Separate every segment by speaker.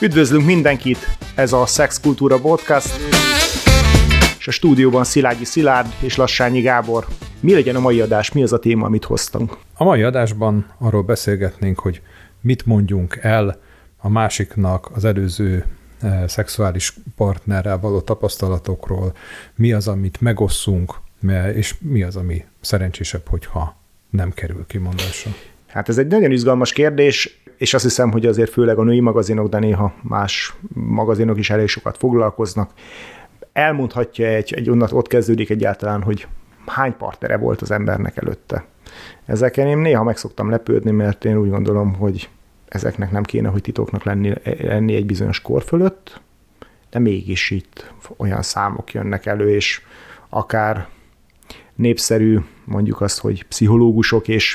Speaker 1: Üdvözlünk mindenkit, ez a Szexkultúra Podcast, és a stúdióban Szilágyi Szilárd és Lassányi Gábor. Mi legyen a mai adás, mi az a téma, amit hoztunk?
Speaker 2: A mai adásban arról beszélgetnénk, hogy mit mondjunk el a másiknak az előző szexuális partnerrel való tapasztalatokról, mi az, amit megosszunk, és mi az, ami szerencsésebb, hogyha nem kerül kimondásra.
Speaker 1: Hát ez egy nagyon izgalmas kérdés, és azt hiszem, hogy azért főleg a női magazinok, de néha más magazinok is elég sokat foglalkoznak. Elmondhatja ott kezdődik egyáltalán, hogy hány partnere volt az embernek előtte. Ezeken én néha meg szoktam lepődni, mert én úgy gondolom, hogy ezeknek nem kéne, hogy titoknak lenni egy bizonyos kor fölött, de mégis itt olyan számok jönnek elő, és akár népszerű, mondjuk azt, hogy pszichológusok és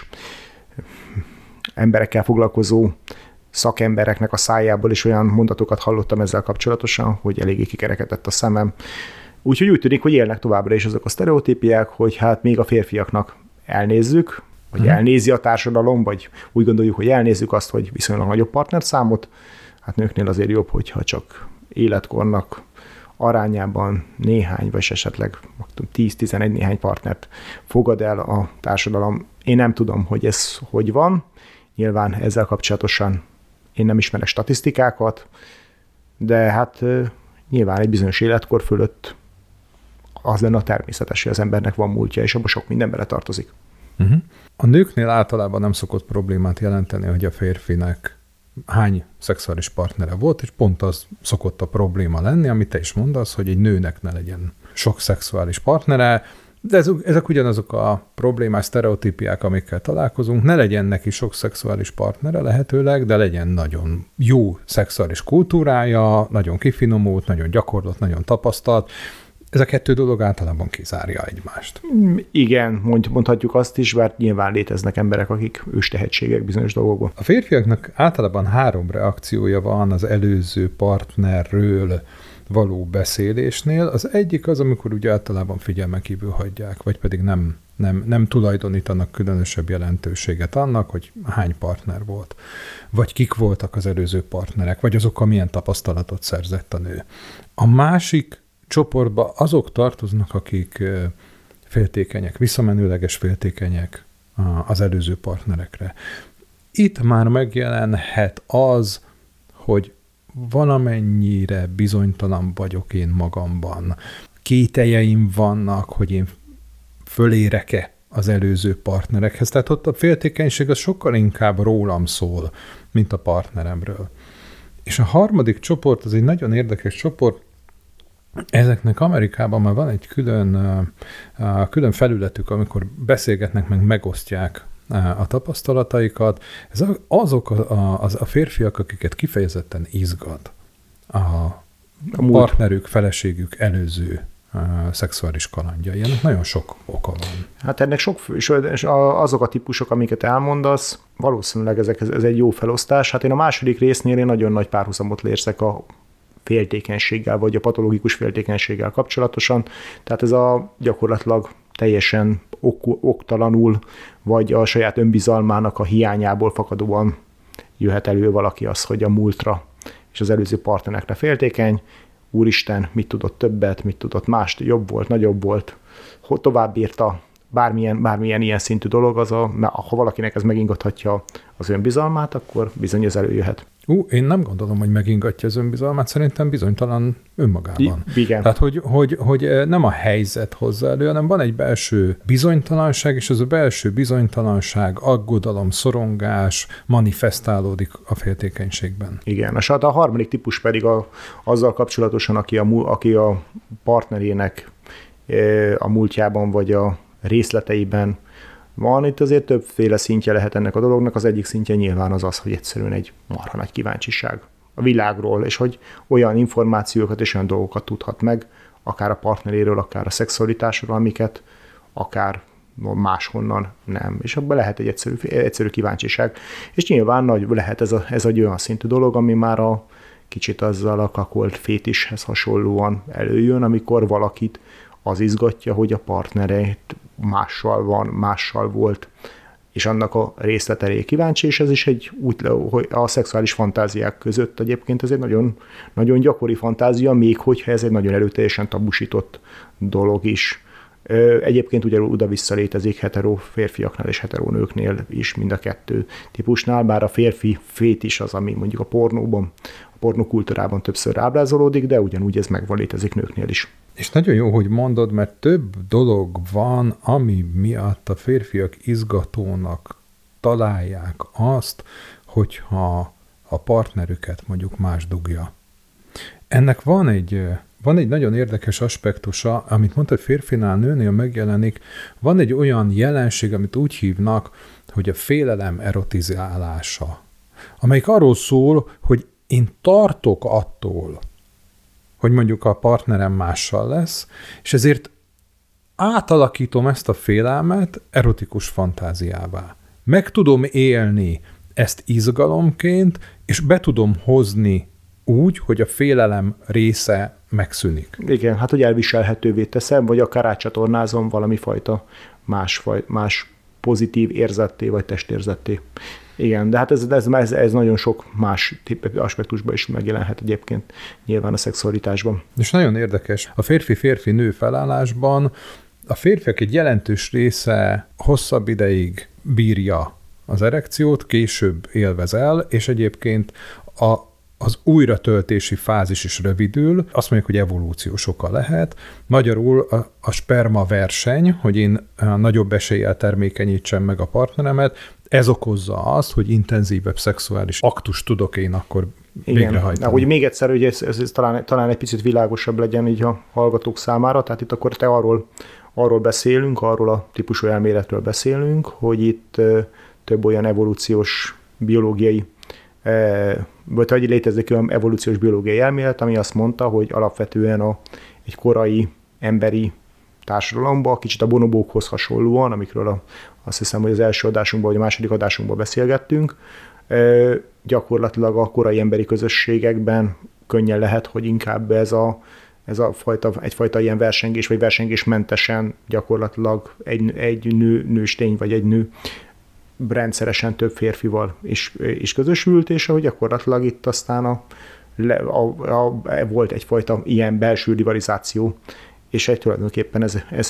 Speaker 1: emberekkel foglalkozó szakembereknek a szájából is olyan mondatokat hallottam ezzel kapcsolatosan, hogy eléggé kikerekedett a szemem. Úgyhogy úgy tűnik, hogy élnek továbbra is azok a sztereotípiák, hogy hát még a férfiaknak elnézzük, vagy elnézi a társadalom, vagy úgy gondoljuk, hogy elnézzük azt, hogy viszonylag nagyobb partnerszámot. Hát nőknél azért jobb, hogyha csak életkornak arányában néhány, vagy esetleg 10-11 néhány partnert fogad el a társadalom. Én nem tudom, hogy ez hogy van. Nyilván ezzel kapcsolatosan én nem ismerek statisztikákat, de hát nyilván egy bizonyos életkor fölött az lenne a természetes, hogy az embernek van múltja, és abban sok minden bele tartozik.
Speaker 2: A nőknél általában nem szokott problémát jelenteni, hogy a férfinek hány szexuális partnere volt, és pont az szokott a probléma lenni, amit te is mondasz, hogy egy nőnek ne legyen sok szexuális partnere, de ezek ugyanazok a problémás sztereotípiák, amikkel találkozunk. Ne legyen neki sok szexuális partnere lehetőleg, de legyen nagyon jó szexuális kultúrája, nagyon kifinomult, nagyon gyakorlott, nagyon tapasztalt. Ez a kettő dolog általában kizárja egymást.
Speaker 1: Igen, mondhatjuk azt is, bár nyilván léteznek emberek, akik őstehetségek bizonyos dolgokban.
Speaker 2: A férfiaknak általában 3 reakciója van az előző partnerről való beszélésnél. Az egyik az, amikor ugye általában figyelmen kívül hagyják, vagy pedig nem tulajdonítanak különösebb jelentőséget annak, hogy hány partner volt, vagy kik voltak az előző partnerek, vagy azokkal milyen tapasztalatot szerzett a nő. A másik csoportba azok tartoznak, akik féltékenyek, visszamenőleges féltékenyek az előző partnerekre. Itt már megjelenhet az, hogy valamennyire bizonytalan vagyok én magamban. Kételjeim vannak, hogy én fölérek-e az előző partnerekhez. Tehát ott a féltékenység az sokkal inkább rólam szól, mint a partneremről. És a harmadik csoport, az egy nagyon érdekes csoport, ezeknek Amerikában már van egy külön felületük, amikor beszélgetnek, meg megosztják a tapasztalataikat. Ez azok a férfiak, akiket kifejezetten izgat a partnerük, feleségük előző szexuális kalandjai. Ennek nagyon sok oka van.
Speaker 1: Hát ennek sok, és azok a típusok, amiket elmondasz, valószínűleg ez egy jó felosztás. Hát én a második résznél nagyon nagy párhuzamot érzek a féltékenységgel, vagy a patológikus féltékenységgel kapcsolatosan. Tehát ez a gyakorlatilag teljesen oktalanul, vagy a saját önbizalmának a hiányából fakadóan jöhet elő valaki az, hogy a múltra és az előző partnerekre féltékeny. Úristen, mit tudott többet, mit tudott mást, jobb volt, nagyobb volt, tovább bírta, bármilyen ilyen szintű dolog, ha valakinek ez megingathatja az önbizalmát, akkor bizony ez előjöhet.
Speaker 2: Én nem gondolom, hogy megingatja az önbizalmát, szerintem bizonytalan önmagában.
Speaker 1: Igen.
Speaker 2: Tehát, hogy nem a helyzet hozza elő, hanem van egy belső bizonytalanság, és az a belső bizonytalanság, aggodalom, szorongás manifestálódik a féltékenységben.
Speaker 1: Igen, és hát a harmadik típus pedig azzal kapcsolatosan, aki a partnerének a múltjában, vagy a részleteiben van. Itt azért többféle szintje lehet ennek a dolognak. Az egyik szintje nyilván az, hogy egyszerűen egy marha nagy kíváncsiság a világról, és hogy olyan információkat és olyan dolgokat tudhat meg, akár a partneréről, akár a szexualitásról, amiket akár máshonnan nem. És abban lehet egy egyszerű kíváncsiság. És nyilván lehet ez egy olyan szintű dolog, ami már kicsit azzal a kakolt fétishez hasonlóan előjön, amikor valakit az izgatja, hogy a partnereit mással volt és annak a részleteire kíváncsi, és ez is egy hogy a szexuális fantáziák között egyébként ez egy nagyon, nagyon gyakori fantázia, még hogyha ez egy nagyon erőteljesen tabusított dolog is. Egyébként ugye oda-vissza létezik hetero férfiaknál és hetero nőknél is, mind a kettő típusnál, bár a férfi fétis az, ami mondjuk a pornóban, a pornokultúrában többször ábrázolódik, de ugyanúgy ez megvan, létezik nőknél is.
Speaker 2: És nagyon jó, hogy mondod, mert több dolog van, ami miatt a férfiak izgatónak találják azt, hogyha a partnerüket mondjuk más dugja. Ennek van egy nagyon érdekes aspektusa, amit mondta, hogy férfinál, nőnél megjelenik, van egy olyan jelenség, amit úgy hívnak, hogy a félelem erotizálása, amelyik arról szól, hogy én tartok attól, hogy mondjuk a partnerem mással lesz, és ezért átalakítom ezt a félelmet erotikus fantáziává. Meg tudom élni ezt izgalomként, és be tudom hozni úgy, hogy a félelem része megszűnik.
Speaker 1: Igen, hát hogy elviselhetővé teszem, vagy akár átcsatornázom valami fajta más pozitív érzetté, vagy testérzetté. Igen, de hát ez nagyon sok más aspektusban is megjelenhet egyébként nyilván a szexualitásban.
Speaker 2: És nagyon érdekes, a férfi-férfi-nő felállásban a férfiak egy jelentős része hosszabb ideig bírja az erekciót, később élvez el, és egyébként az újratöltési fázis is rövidül, azt mondjuk, hogy evolúciós oka lehet. Magyarul a sperma verseny, hogy én nagyobb eséllyel termékenyítsem meg a partneremet, ez okozza azt, hogy intenzívebb szexuális aktust tudok én akkor végrehajtani.
Speaker 1: Ahogy még egyszer, hogy ez talán egy picit világosabb legyen így a hallgatók számára, tehát itt akkor te arról beszélünk, arról a típusú elméletről beszélünk, hogy itt több olyan evolúciós biológiai vagy hogy létezik olyan evolúciós biológiai elmélet, ami azt mondta, hogy alapvetően egy korai emberi társadalomban, kicsit a bonobókhoz hasonlóan, amikről azt hiszem, hogy az első adásunkban, vagy a második adásunkban beszélgettünk, gyakorlatilag a korai emberi közösségekben könnyen lehet, hogy inkább ez a egyfajta ilyen versengés, vagy versengésmentesen gyakorlatilag egy nőstény, vagy egy nő rendszeresen több férfival is közösült, és ahogy gyakorlatilag itt aztán volt egyfajta ilyen belső rivalizáció, és tulajdonképpen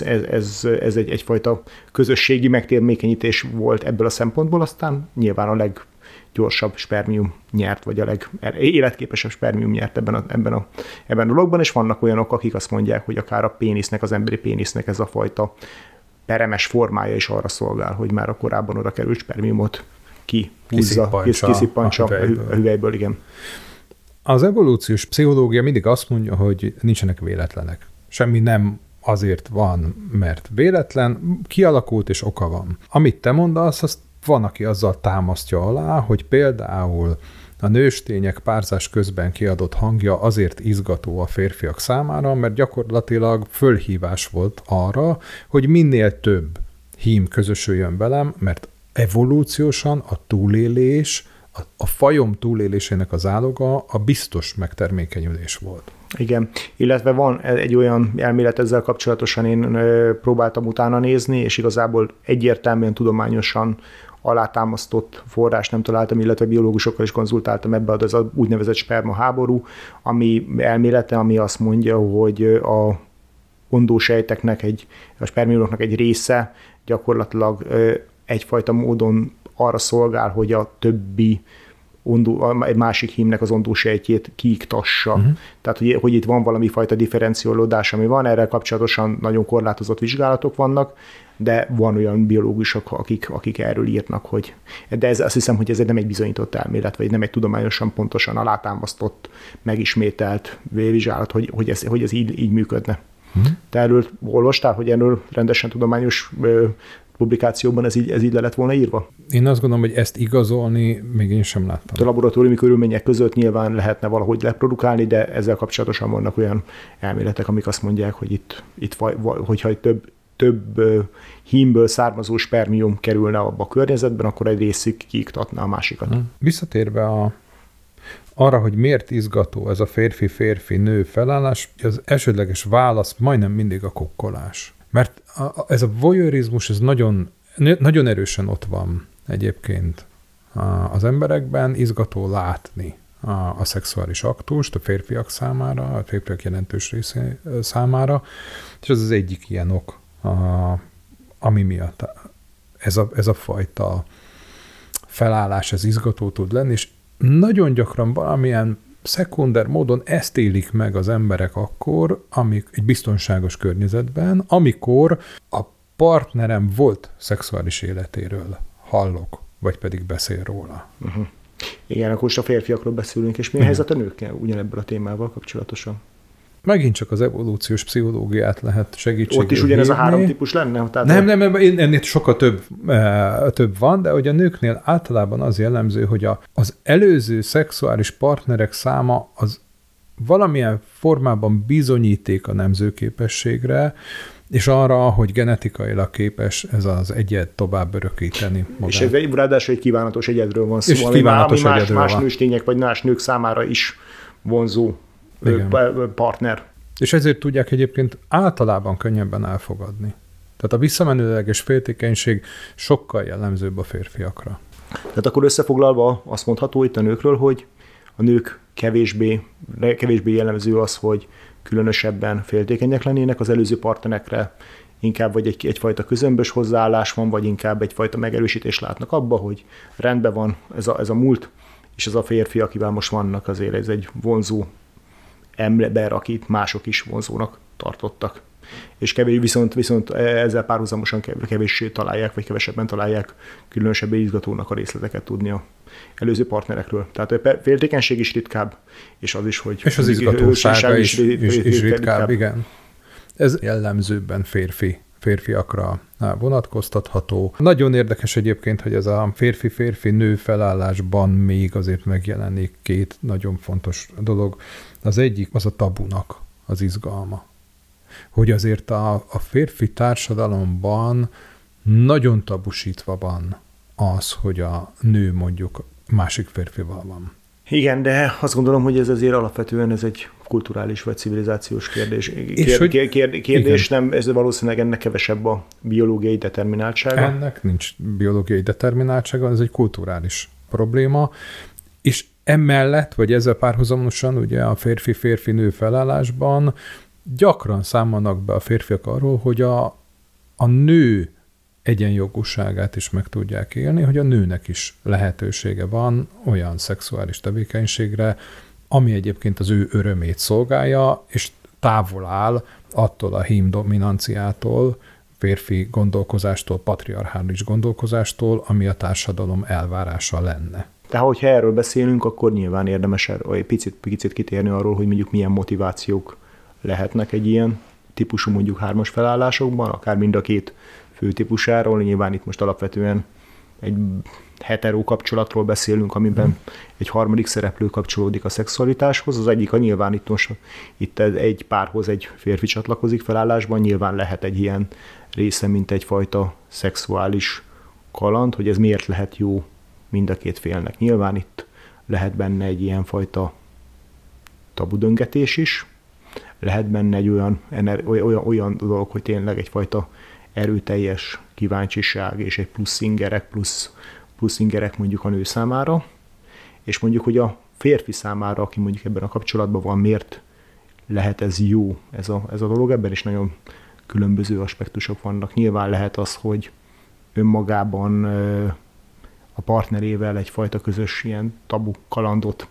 Speaker 1: ez egyfajta közösségi megtermékenyítés volt ebből a szempontból, aztán nyilván a leggyorsabb spermium nyert, vagy a legéletképesebb spermium nyert ebben a dologban, és vannak olyanok, akik azt mondják, hogy akár a pénisznek, az emberi pénisznek ez a fajta peremes formája is arra szolgál, hogy már a korábban oda került spermiumot kiszippantsa a hüvelyből, igen.
Speaker 2: Az evolúciós pszichológia mindig azt mondja, hogy nincsenek véletlenek. Semmi nem azért van, mert véletlen, kialakult és oka van. Amit te mondasz, azt van, aki azzal támasztja alá, hogy például a nőstények párzás közben kiadott hangja azért izgató a férfiak számára, mert gyakorlatilag fölhívás volt arra, hogy minél több hím közösüljön velem, mert evolúciósan a túlélés, a fajom túlélésének az áloga a biztos megtermékenyülés volt.
Speaker 1: Igen, illetve van egy olyan elmélet ezzel kapcsolatosan, én próbáltam utána nézni, és igazából egyértelműen tudományosan alátámasztott forrás nem találtam, illetve biológusokkal is konzultáltam ebbe az úgynevezett sperma háború, ami elmélete, ami azt mondja, hogy a ondósejteknek, a spermiumoknak egy része gyakorlatilag egyfajta módon arra szolgál, hogy a többi egy másik hímnek az ondósejtjét kiiktassa. Uh-huh. Tehát, hogy itt van valami fajta differenciálódás, ami van, erre kapcsolatosan nagyon korlátozott vizsgálatok vannak, de van olyan biológusok, akik erről írnak, de azt hiszem, hogy ez nem egy bizonyított elmélet, vagy nem egy tudományosan pontosan alátámasztott, megismételt vizsgálat, hogy ez így működne. Uh-huh. Te erről olvastál, hogy erről rendesen tudományos publikációban ez így le lett volna írva?
Speaker 2: Én azt gondolom, hogy ezt igazolni még én sem láttam.
Speaker 1: A laboratóriumi körülmények között nyilván lehetne valahogy leprodukálni, de ezzel kapcsolatosan vannak olyan elméletek, amik azt mondják, hogy hogyha több hímből származó spermium kerülne abba a környezetben, akkor egy részük kiiktatna a másikat.
Speaker 2: Visszatérve arra, hogy miért izgató ez a férfi-férfi-nő felállás, az elsődleges válasz majdnem mindig a kokkolás. Mert ez a voyeurizmus, ez nagyon nagyon erősen ott van egyébként az emberekben, izgató látni a szexuális aktust a férfiak számára, a férfiak jelentős része számára, és ez az egyik ilyen ok, ami miatt ez a fajta felállás, ez izgató tud lenni, és nagyon gyakran valamilyen szekunder módon ezt élik meg az emberek akkor, egy biztonságos környezetben, amikor a partnerem volt szexuális életéről hallok, vagy pedig beszél róla.
Speaker 1: Uh-huh. Igen, akkor most a férfiakról beszélünk, és mi a helyzet a nőkkel ugyanebből a témával kapcsolatosan?
Speaker 2: Megint csak az evolúciós pszichológiát lehet segítségül
Speaker 1: ott is ugyanez a 3 típus lenne?
Speaker 2: Tehát nem, ennél sokkal több van, de hogy a nőknél általában az jellemző, hogy az előző szexuális partnerek száma az valamilyen formában bizonyíték a nemzőképességre, és arra, hogy genetikailag képes ez az egyed tovább örökíteni magát.
Speaker 1: És ez ráadásul egy kívánatos egyedről van szó, ami más nőstények vagy más nők számára is vonzó partner.
Speaker 2: És ezért tudják egyébként általában könnyebben elfogadni. Tehát a visszamenőleges féltékenység sokkal jellemzőbb a férfiakra.
Speaker 1: Tehát akkor összefoglalva azt mondható itt a nőkről, hogy a nők kevésbé jellemző az, hogy különösebben féltékenyek lennének az előző partnerekre, inkább vagy egyfajta közömbös hozzáállás van, vagy inkább egyfajta megerősítést látnak abba, hogy rendben van ez a múlt, és ez a férfi, akivel most vannak, azért ez egy vonzó ember, akit mások is vonzónak tartottak. És viszont ezzel párhuzamosan kevéssé találják, vagy kevesebben találják különösebben izgatónak a részleteket tudni a előző partnerekről. Tehát a féltékenység is ritkább, és az is, hogy...
Speaker 2: És az izgatósága is ritkább, igen. Ez jellemzőbben férfiakra vonatkoztatható. Nagyon érdekes egyébként, hogy ez a férfi-férfi-nő felállásban még azért megjelenik 2 nagyon fontos dolog. Az egyik az a tabunak az izgalma. Hogy azért a férfi társadalomban nagyon tabusítva van az, hogy a nő mondjuk másik férfival van.
Speaker 1: Igen, de azt gondolom, hogy ez azért alapvetően ez egy kulturális vagy civilizációs kérdés. Kérdés nem, ez valószínűleg ennek kevesebb a biológiai determináltsága.
Speaker 2: Ennek nincs biológiai determináltsága, ez egy kulturális probléma, és emellett, vagy ezzel párhuzamosan ugye a férfi-férfi-nő felállásban gyakran számolnak be a férfiak arról, hogy a nő egyenjogúságát is meg tudják élni, hogy a nőnek is lehetősége van olyan szexuális tevékenységre, ami egyébként az ő örömét szolgálja, és távol áll attól a hím dominanciától, férfi gondolkozástól, patriarchális gondolkozástól, ami a társadalom elvárása lenne.
Speaker 1: Tehát, hogyha erről beszélünk, akkor nyilván érdemes egy picit kitérni arról, hogy mondjuk milyen motivációk lehetnek egy ilyen típusú mondjuk 3-as felállásokban, akár mind a 2 fő típusáról. Nyilván itt most alapvetően egy hetero kapcsolatról beszélünk, amiben egy harmadik szereplő kapcsolódik a szexualitáshoz. Az egyik nyilván itt egy párhoz egy férfi csatlakozik felállásban, nyilván lehet egy ilyen része, mint egyfajta szexuális kaland, hogy ez miért lehet jó mind a 2 félnek. Nyilván itt lehet benne egy ilyen fajta tabudöngetés is, lehet benne egy olyan dolog, hogy tényleg egyfajta erőteljes kíváncsiság és egy plusz ingerek mondjuk a nő számára, és mondjuk, hogy a férfi számára, aki mondjuk ebben a kapcsolatban van, miért lehet ez jó, ez a dolog, ebben is nagyon különböző aspektusok vannak. Nyilván lehet az, hogy önmagában a partnerével egyfajta közös ilyen tabu kalandot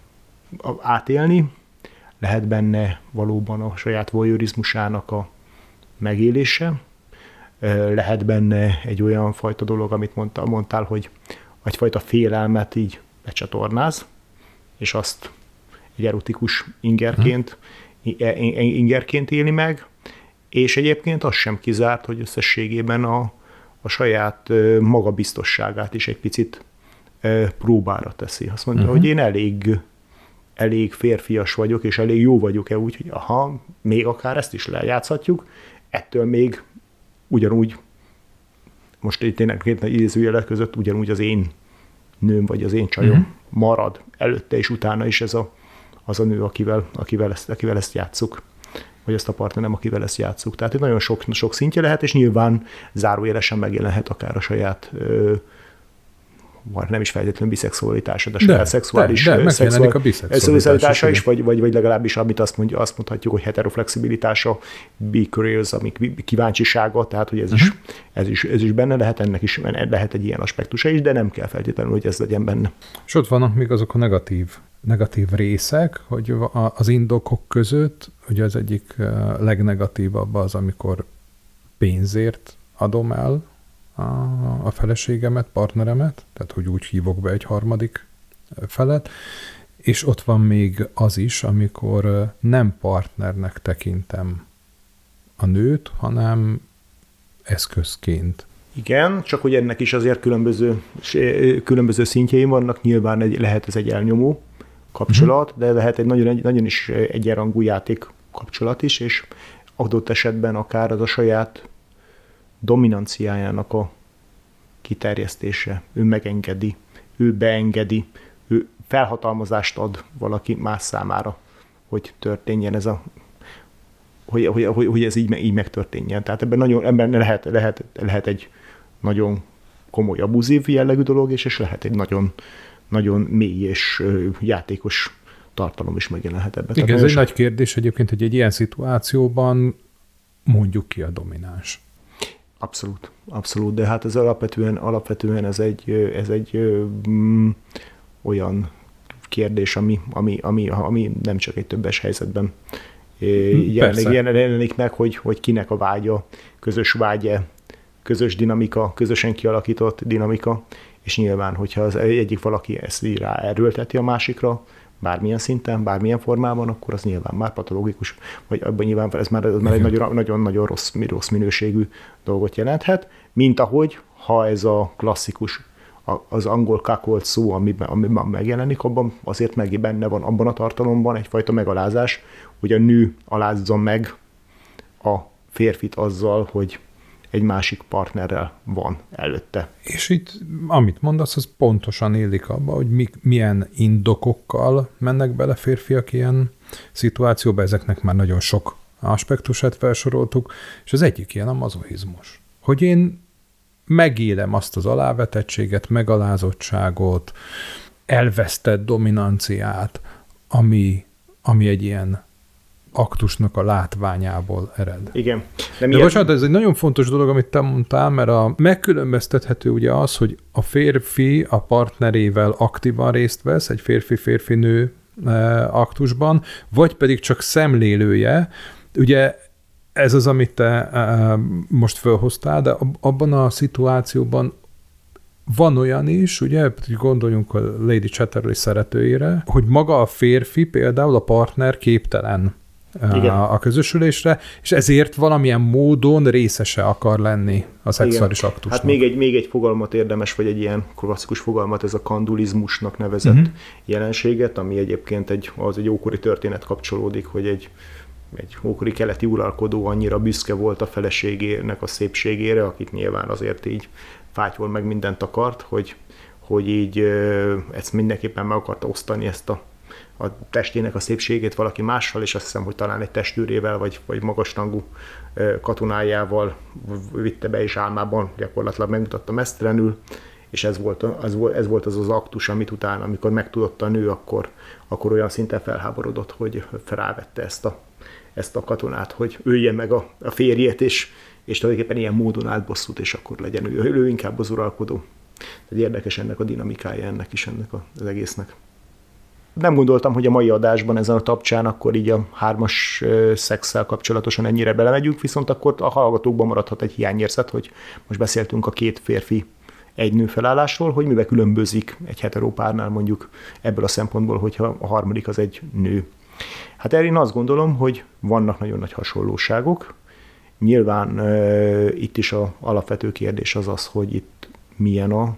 Speaker 1: átélni, lehet benne valóban a saját voyeurizmusának a megélése, lehet benne egy olyan fajta dolog, amit mondtál, hogy egyfajta félelmet így becsatornáz, és azt egy erotikus ingerként éli meg, és egyébként az sem kizárt, hogy összességében a saját magabiztosságát is egy picit próbára teszi. Azt mondja, hogy én elég férfias vagyok, és elég jó vagyok-e úgy, hogy még akár ezt is lejátszhatjuk, ettől még ugyanúgy, most itt tényleg idézőjelek között ugyanúgy az én nőm, vagy az én csajom marad előtte és utána is ez az a nő, akivel ezt játsszuk. azt a partnerem, akivel ezt játsszuk. Tehát itt nagyon sok szintje lehet, és nyilván zárójelesen megjelenhet akár a saját nem is feltétlenül biszexualitása, de saját szexuális biszexualitása is, vagy legalábbis amit azt mondhatjuk, hogy heteroflexibilitása, bi-curious, ami kíváncsisága, tehát hogy ez is benne lehet, ennek is lehet egy ilyen aspektusa is, de nem kell feltétlenül, hogy ez legyen benne.
Speaker 2: És ott vannak még azok a negatív részek, hogy az indokok között, ugye az egyik legnegatívabb az, amikor pénzért adom el a feleségemet, partneremet, tehát hogy úgy hívok be egy harmadik felet, és ott van még az is, amikor nem partnernek tekintem a nőt, hanem eszközként.
Speaker 1: Igen, csak hogy ennek is azért különböző szintjei vannak, nyilván lehet ez egy elnyomó kapcsolat, de lehet egy nagyon is egyenrangú játék kapcsolat is, és adott esetben akár az a saját dominanciájának a kiterjesztése, ő megengedi, ő beengedi, ő felhatalmazást ad valaki más számára, hogy történjen ez hogy ez így megtörténjen. Tehát ebben lehet egy nagyon komoly abuzív jellegű dolog, és lehet egy nagyon, nagyon mély és játékos tartalom is megjelenhet ebben.
Speaker 2: Igen, ez egy nagy kérdés egyébként, hogy egy ilyen szituációban mondjuk ki a domináns. Abszolút, de hát ez alapvetően ez egy olyan kérdés, ami nem csak egy többes helyzetben jelenik meg, hogy kinek a vágya, közös vágya, közös dinamika, közösen kialakított dinamika, és nyilván, hogyha az egyik valaki ezt ráerőlteti a másikra, bármilyen szinten, bármilyen formában, akkor az nyilván már patológikus, vagy abban nyilván ez már egy nagyon-nagyon rossz minőségű dolgot jelenthet, mint ahogy, ha ez a klasszikus, az angol cuckold szó, amiben megjelenik, abban azért benne van abban a tartalomban egyfajta megalázás, hogy a nő alázza meg a férfit azzal, hogy egy másik partnerrel van előtte. És itt, amit mondasz, az pontosan élik abba, hogy milyen indokokkal mennek bele férfiak ilyen szituációba, ezeknek már nagyon sok aspektusát felsoroltuk, és az egyik ilyen a mazochizmus. Hogy én megélem azt az alávetettséget, megalázottságot, elvesztett dominanciát, ami egy ilyen aktusnak a látványából ered.
Speaker 1: Igen.
Speaker 2: De bocsánat, ez egy nagyon fontos dolog, amit te mondtál, mert megkülönböztethető ugye az, hogy a férfi a partnerével aktívan részt vesz egy férfi-férfi-nő aktusban, vagy pedig csak szemlélője. Ugye ez az, amit te most felhoztál, de abban a szituációban van olyan is, ugye, gondoljunk a Lady Chatterley szeretőjére, hogy maga a férfi, például a partner képtelen a közösülésre, és ezért valamilyen módon részese akar lenni a szexuális aktusnak.
Speaker 1: Hát még egy fogalmat érdemes, vagy egy ilyen klasszikus fogalmat, ez a kandulizmusnak nevezett jelenséget, ami egyébként az egy ókori történet kapcsolódik, hogy egy ókori keleti uralkodó annyira büszke volt a feleségének a szépségére, akit nyilván azért így fátyol meg mindent akart, hogy így ezt mindenképpen meg akarta osztani ezt a testének a szépségét valaki mással, és azt hiszem, hogy talán egy testőrével, vagy magasrangú katonájával vitte be, és álmában gyakorlatilag megmutatta mesztelenül, és ez volt az aktus, amit utána, amikor megtudott a nő, akkor olyan szinten felháborodott, hogy felvette ezt a katonát, hogy ölje meg a férjét, és tulajdonképpen ilyen módon állt bosszút, és akkor legyen ő inkább az uralkodó. Tehát érdekes ennek a dinamikája, ennek az egésznek. Nem gondoltam, hogy a mai adásban ezen a tapcsán akkor így a 3-as szexszel kapcsolatosan ennyire belemegyünk, viszont akkor a hallgatókban maradhat egy hiányérzet, hogy most beszéltünk a 2 férfi egy nő felállásról, hogy mivel különbözik egy heteropárnál mondjuk ebből a szempontból, hogyha a harmadik az egy nő. Hát erre én azt gondolom, hogy vannak nagyon nagy hasonlóságok. Nyilván itt is az alapvető kérdés az, hogy itt milyen a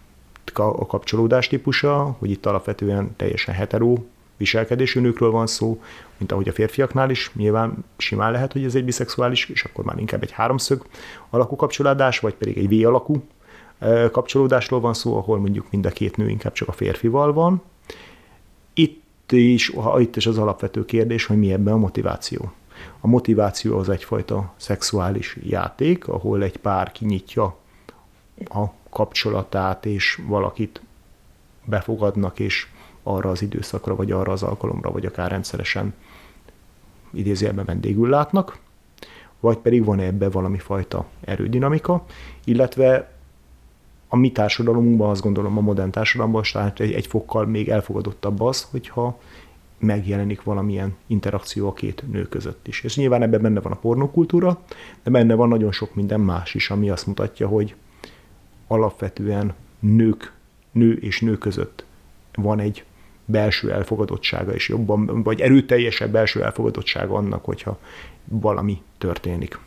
Speaker 1: kapcsolódás típusa, hogy itt alapvetően teljesen hetero viselkedésű nőkről van szó, mint ahogy a férfiaknál is. Nyilván simán lehet, hogy ez egy biszexuális, és akkor már inkább egy 3-szög alakú kapcsolódás, vagy pedig egy V-alakú kapcsolódásról van szó, ahol mondjuk mind a 2 nő inkább csak a férfival van. Itt is az alapvető kérdés, hogy mi ebben a motiváció. A motiváció az egyfajta szexuális játék, ahol egy pár kinyitja a kapcsolatát, és valakit befogadnak, és arra az időszakra, vagy arra az alkalomra, vagy akár rendszeresen idézőjelben vendégül látnak, vagy pedig van ebbe valami fajta erődinamika, illetve a mi társadalmunkban, azt gondolom a modern társadalomban, tehát egy fokkal még elfogadottabb az, hogyha megjelenik valamilyen interakció a két nő között is. És nyilván ebben benne van a pornókultúra, de benne van nagyon sok minden más is, ami azt mutatja, hogy alapvetően nő és nő között van egy belső elfogadottsága, és jobban, vagy erőteljesebb belső elfogadottsága annak, hogyha valami történik.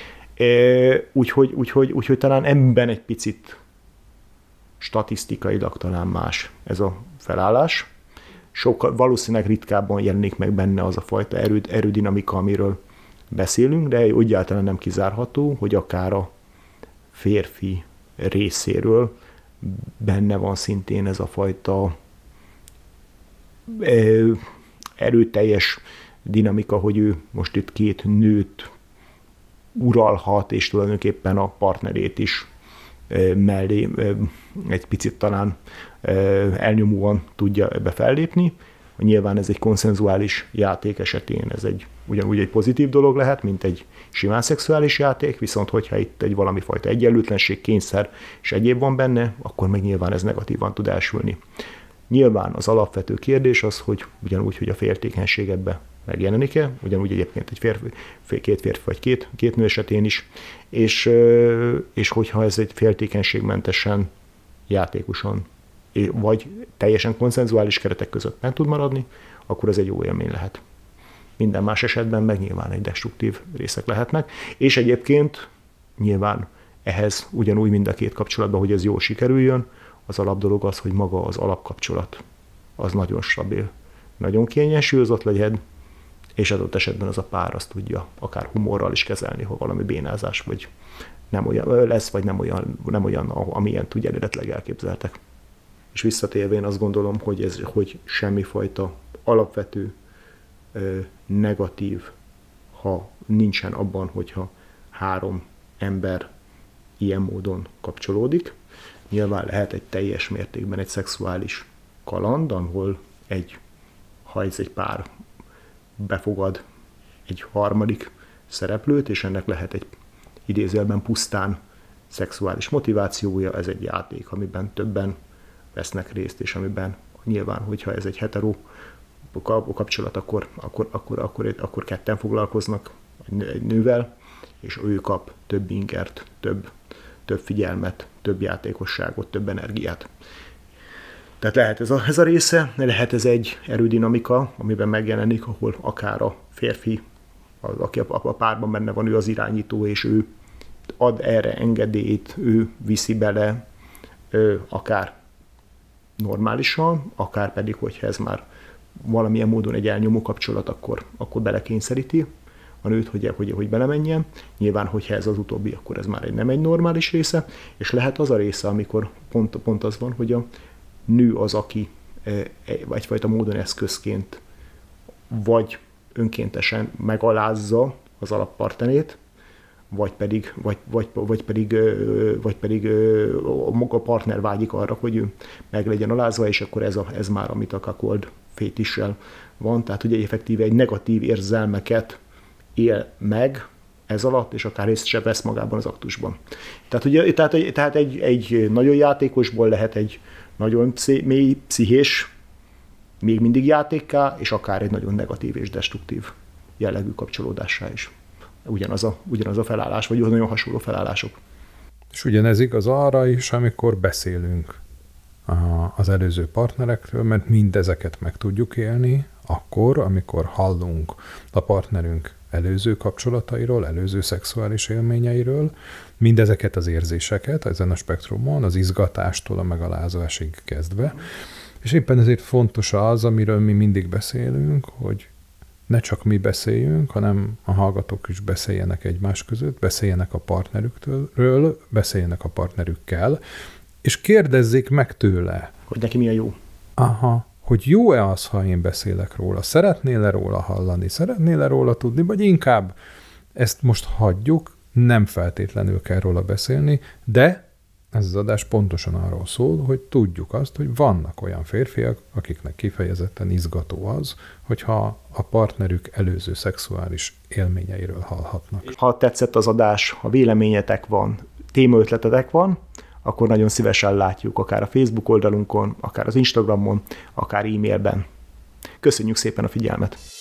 Speaker 1: Úgyhogy talán ebben egy picit statisztikailag talán más ez a felállás. Valószínűleg ritkábban jelenik meg benne az a fajta erődinamika, amiről beszélünk, de egyáltalán nem kizárható, hogy akár a férfi részéről benne van szintén ez a fajta erőteljes dinamika, hogy ő most itt két nőt uralhat, és tulajdonképpen a partnerét is mellé egy picit talán elnyomóan tudja ebbe fellépni. Nyilván ez egy konszenzuális játék esetén ez ugyanúgy egy pozitív dolog lehet, mint egy simán szexuális játék, viszont hogyha itt egy valami fajta egyenlőtlenség, kényszer és egyéb van benne, akkor meg nyilván ez negatívan tud elsülni. Nyilván az alapvető kérdés az, hogy ugyanúgy, hogy a féltékenység ebbe megjelenik-e, ugyanúgy egyébként két férfi vagy két nő esetén is, és hogyha ez egy féltékenységmentesen, játékosan, vagy teljesen konszenzuális keretek között meg tud maradni, akkor ez egy jó élmény lehet. Minden más esetben meg nyilván egy destruktív részek lehetnek, és egyébként nyilván ehhez ugyanúgy mind a két kapcsolatban, hogy ez jól sikerüljön, az alapdolog az, hogy maga az alapkapcsolat az nagyon stabil, nagyon kiegyensúlyozott legyen, és adott esetben az a pár azt tudja akár humorral is kezelni, ha valami bénázás, vagy nem olyan lesz, vagy nem olyan amilyen tudja eredetileg elképzeltek. És visszatérve én azt gondolom, hogy semmifajta alapvető negatív, ha nincsen abban, hogyha három ember ilyen módon kapcsolódik. Nyilván lehet egy teljes mértékben egy szexuális kaland, ahol ha ez egy pár befogad egy harmadik szereplőt, és ennek lehet egy idézőjelben pusztán szexuális motivációja, ez egy játék, amiben többen vesznek részt, és amiben nyilván, hogyha ez egy hetero kapcsolat, akkor ketten foglalkoznak egy nővel, és ő kap több ingert, több figyelmet, több játékosságot, több energiát. Tehát lehet ez a része, lehet ez egy erődinamika, amiben megjelenik, ahol akár a férfi, aki a párban benne van, ő az irányító, és ő ad erre engedélyt, ő viszi bele, akár normálisan, akár pedig, hogyha ez már valamilyen módon egy elnyomó kapcsolat, akkor belekényszeríti a nőt, hogy belemenjen. Nyilván, hogyha ez az utóbbi, akkor ez már nem egy normális része, és lehet az a része, amikor pont az van, hogy a nő az, aki egyfajta módon eszközként vagy önkéntesen megalázza az alappartnerét, vagy pedig maga a partner vágyik arra, hogy ő meg legyen alázva, és akkor ez már, amit a cuckold fétissel van, tehát ugye effektíve egy negatív érzelmeket él meg ez alatt, és akár részt se vesz magában az aktusban. Tehát egy nagyon játékosból lehet egy nagyon mély pszichés, még mindig játékká, és akár egy nagyon negatív és destruktív jellegű kapcsolódássá is. Ugyanaz a felállás, vagy nagyon hasonló felállások.
Speaker 2: És ugyanez igaz arra is, amikor beszélünk az előző partnerekről, mert mindezeket meg tudjuk élni, akkor, amikor hallunk a partnerünk előző kapcsolatairól, előző szexuális élményeiről, mindezeket az érzéseket ezen a spektrumon, az izgatástól a megalázásig kezdve. És éppen ezért fontos az, amiről mi mindig beszélünk, hogy ne csak mi hanem a hallgatók is beszéljenek egymás között, beszéljenek a partnerükről, beszéljenek a partnerükkel, és kérdezzék meg tőle.
Speaker 1: Hogy neki mi a jó.
Speaker 2: Aha, hogy jó-e az, ha én beszélek róla, szeretnél-e róla hallani, szeretnél-e róla tudni, vagy inkább ezt most hagyjuk, nem feltétlenül kell róla beszélni, de ez az adás pontosan arról szól, hogy tudjuk azt, hogy vannak olyan férfiak, akiknek kifejezetten izgató az, hogyha a partnerük előző szexuális élményeiről hallhatnak.
Speaker 1: Ha tetszett az adás, ha véleményetek van, témaötletetek van, akkor nagyon szívesen látjuk, akár a Facebook oldalunkon, akár az Instagramon, akár e-mailben. Köszönjük szépen a figyelmet!